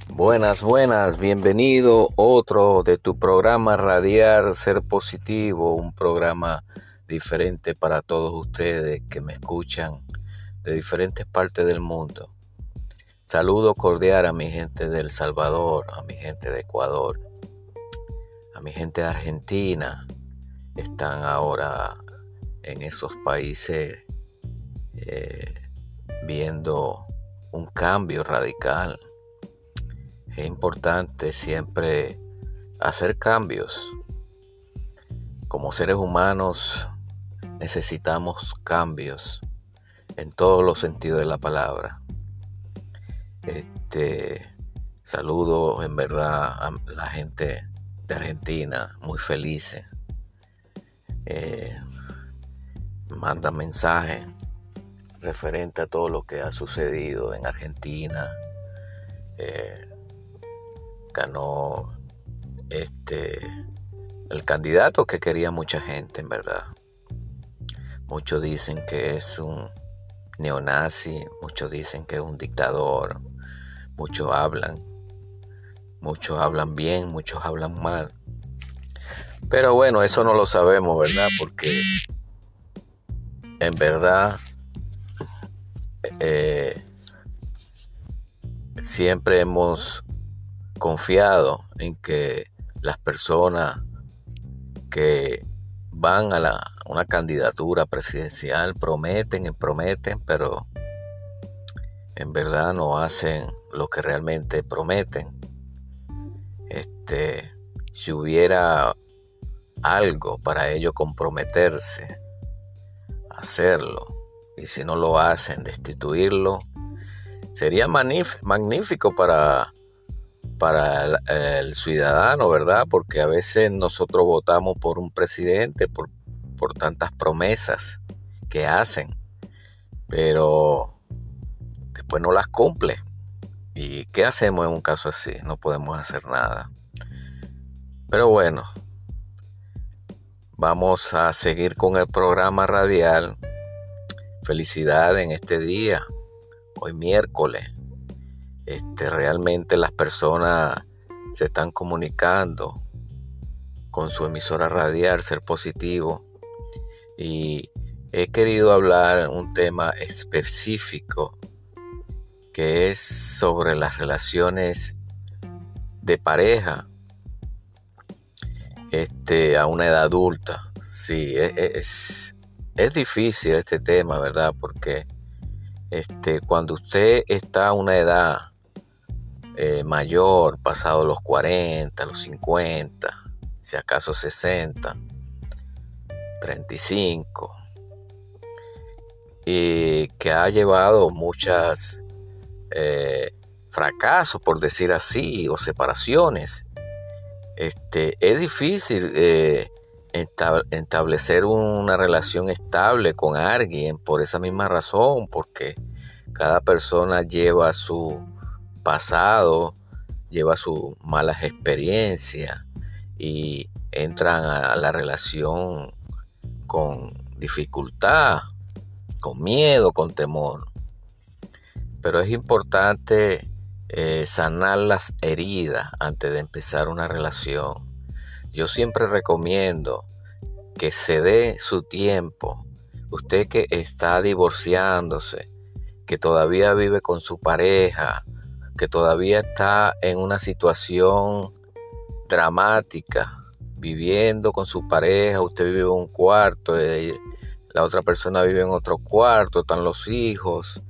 Buenas, bienvenido otro de tu programa Radiar Ser Positivo, un programa diferente para todos ustedes que me escuchan de diferentes partes del mundo. Saludo cordial a mi gente de El Salvador, a mi gente de Ecuador, a mi gente de Argentina. Están ahora en esos países viendo un cambio radical. Es importante siempre hacer cambios. Como seres humanos necesitamos cambios en todos los sentidos de la palabra. Saludo en verdad a la gente de Argentina, muy felices. Mandan mensajes referente a todo lo que ha sucedido en Argentina. Ganó el candidato que quería mucha gente, en verdad. Muchos dicen que es un neonazi, muchos dicen que es un dictador, muchos hablan bien, muchos hablan mal. Pero bueno, eso no lo sabemos, ¿verdad? Porque en verdad siempre hemos confiado en que las personas que van a una candidatura presidencial prometen, pero en verdad no hacen lo que realmente prometen. Si hubiera algo para ellos comprometerse, hacerlo, y si no lo hacen, destituirlo, sería magnífico para el ciudadano, ¿verdad? Porque a veces nosotros votamos por un presidente por tantas promesas que hacen, pero después no las cumple. ¿Y qué hacemos en un caso así? No podemos hacer nada. Pero bueno, vamos a seguir con el programa radial. Felicidades en este día, hoy miércoles. Realmente las personas se están comunicando con su emisora radial Ser Positivo, y he querido hablar un tema específico que es sobre las relaciones de pareja a una edad adulta. Sí, es difícil este tema, ¿verdad? Porque cuando usted está a una edad mayor, pasado los 40, los 50, si acaso 60, 35, y que ha llevado muchas fracasos, por decir así, o separaciones, es difícil establecer una relación estable con alguien por esa misma razón, porque cada persona lleva su pasado, lleva sus malas experiencias y entran a la relación con dificultad, con miedo, con temor. Pero es importante sanar las heridas antes de empezar una relación. Yo siempre recomiendo que se dé su tiempo. Usted que está divorciándose, que todavía vive con su pareja, que todavía está en una situación dramática, viviendo con su pareja, usted vive en un cuarto, la otra persona vive en otro cuarto, están los hijos.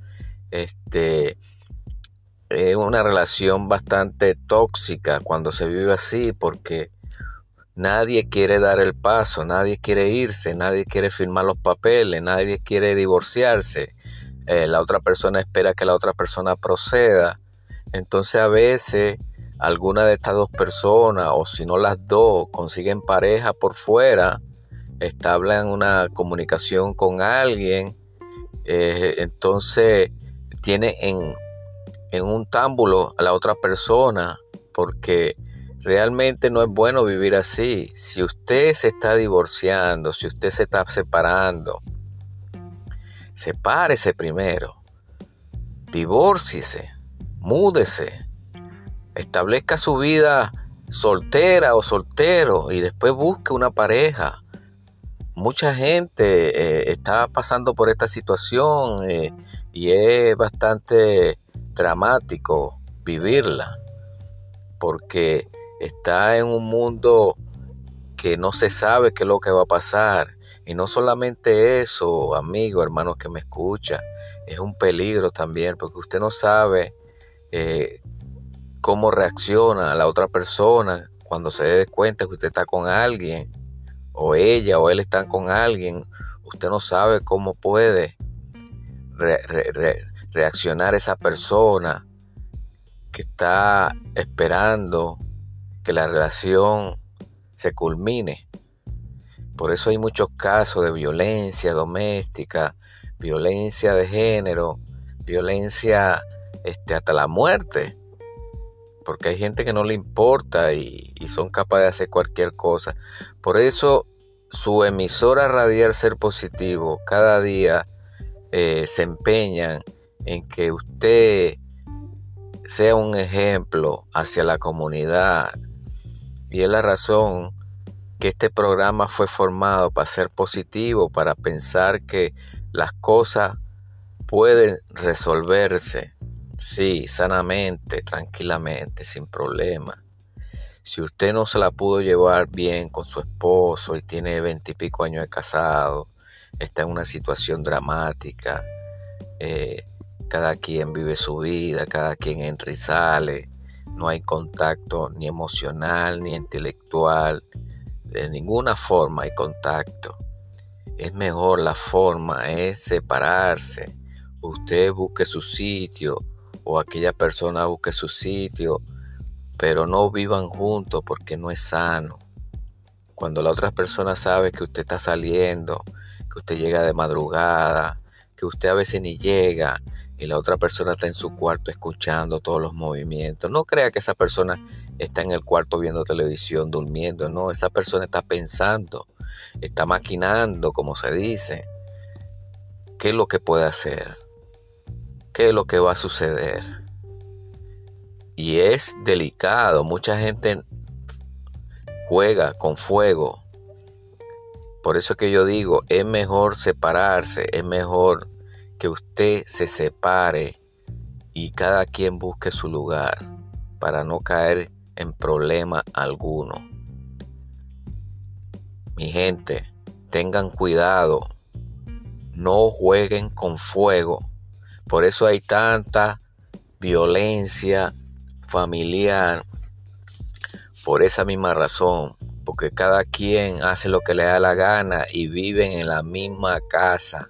Es una relación bastante tóxica cuando se vive así, porque nadie quiere dar el paso, nadie quiere irse, nadie quiere firmar los papeles, nadie quiere divorciarse. La otra persona espera que la otra persona proceda. Entonces a veces alguna de estas dos personas, o si no las dos, consiguen pareja por fuera, establecen una comunicación con alguien, entonces tiene en un támbulo a la otra persona, porque realmente no es bueno vivir así. Si usted se está divorciando, si usted se está separando, sepárese primero, divórciese, múdese, establezca su vida soltera o soltero y después busque una pareja. Mucha gente está pasando por esta situación y es bastante dramático vivirla, porque está en un mundo que no se sabe qué es lo que va a pasar. Y no solamente eso, amigo, hermanos que me escuchan, es un peligro también, porque usted no sabe cómo reacciona la otra persona cuando se dé cuenta que usted está con alguien, o ella o él están con alguien. Usted no sabe cómo puede reaccionar esa persona que está esperando que la relación se culmine. Por eso hay muchos casos de violencia doméstica, violencia de género, violencia hasta la muerte, porque hay gente que no le importa y son capaces de hacer cualquier cosa. Por eso su emisora radial Ser Positivo cada día se empeñan en que usted sea un ejemplo hacia la comunidad, y es la razón que este programa fue formado para ser positivo, para pensar que las cosas pueden resolverse, sí, sanamente, tranquilamente, sin problema. Si usted no se la pudo llevar bien con su esposo y tiene 20 y pico años de casado, está en una situación dramática, cada quien vive su vida, cada quien entra y sale, no hay contacto ni emocional ni intelectual, de ninguna forma hay contacto. Es mejor, la forma es separarse. Usted busque su sitio o aquella persona busque su sitio, pero no vivan juntos porque no es sano. Cuando la otra persona sabe que usted está saliendo, que usted llega de madrugada, que usted a veces ni llega y la otra persona está en su cuarto escuchando todos los movimientos, no crea que esa persona está en el cuarto viendo televisión, durmiendo. No, esa persona está pensando, está maquinando, como se dice, qué es lo que puede hacer, qué es lo que va a suceder. Y es delicado. Mucha gente juega con fuego. Por eso es que yo digo, es mejor separarse, es mejor que usted se separe y cada quien busque su lugar para no caer en problema alguno. Mi gente, tengan cuidado, no jueguen con fuego. Por eso hay tanta violencia familiar, por esa misma razón, porque cada quien hace lo que le da la gana y viven en la misma casa.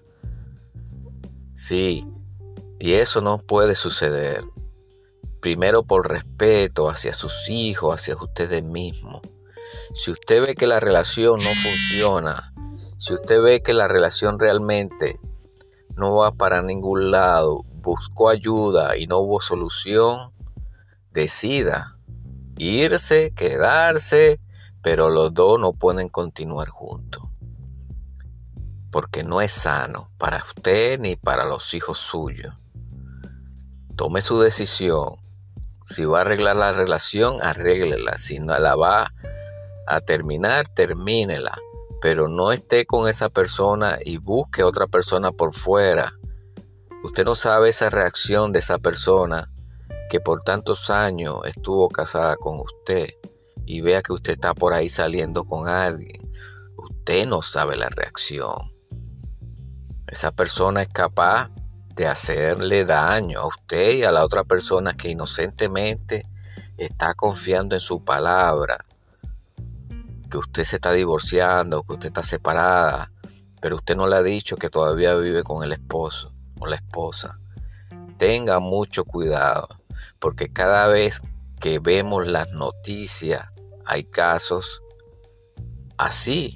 Sí, y eso no puede suceder. Primero, por respeto hacia sus hijos, hacia ustedes mismos. Si usted ve que la relación no funciona, si usted ve que la relación realmente no va para ningún lado, buscó ayuda y no hubo solución, decida irse, quedarse, pero los dos no pueden continuar juntos, porque no es sano para usted ni para los hijos suyos. Tome su decisión. Si va a arreglar la relación, arréglela. Si no la va a terminar, termínela. Pero no esté con esa persona y busque otra persona por fuera. Usted no sabe esa reacción de esa persona que por tantos años estuvo casada con usted y vea que usted está por ahí saliendo con alguien. Usted no sabe la reacción. Esa persona es capaz de hacerle daño a usted y a la otra persona que inocentemente está confiando en su palabra, que usted se está divorciando, que usted está separada, pero usted no le ha dicho que todavía vive con el esposo o la esposa. Tenga mucho cuidado, porque cada vez que vemos las noticias hay casos así.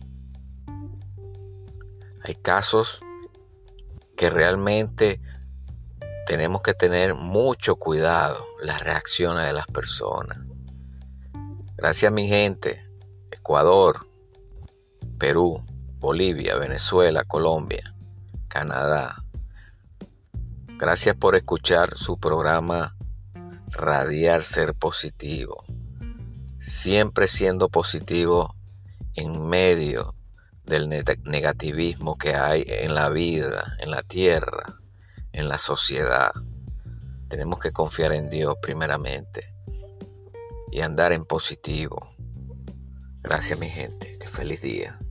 Hay casos que realmente tenemos que tener mucho cuidado, las reacciones de las personas. Gracias, mi gente. Ecuador, Perú, Bolivia, Venezuela, Colombia, Canadá. Gracias por escuchar su programa radiar ser positivo, siempre siendo positivo en medio del negativismo que hay en la vida, en la tierra, en la sociedad. Tenemos que confiar en Dios primeramente y andar en positivo. Gracias, mi gente. Qué feliz día.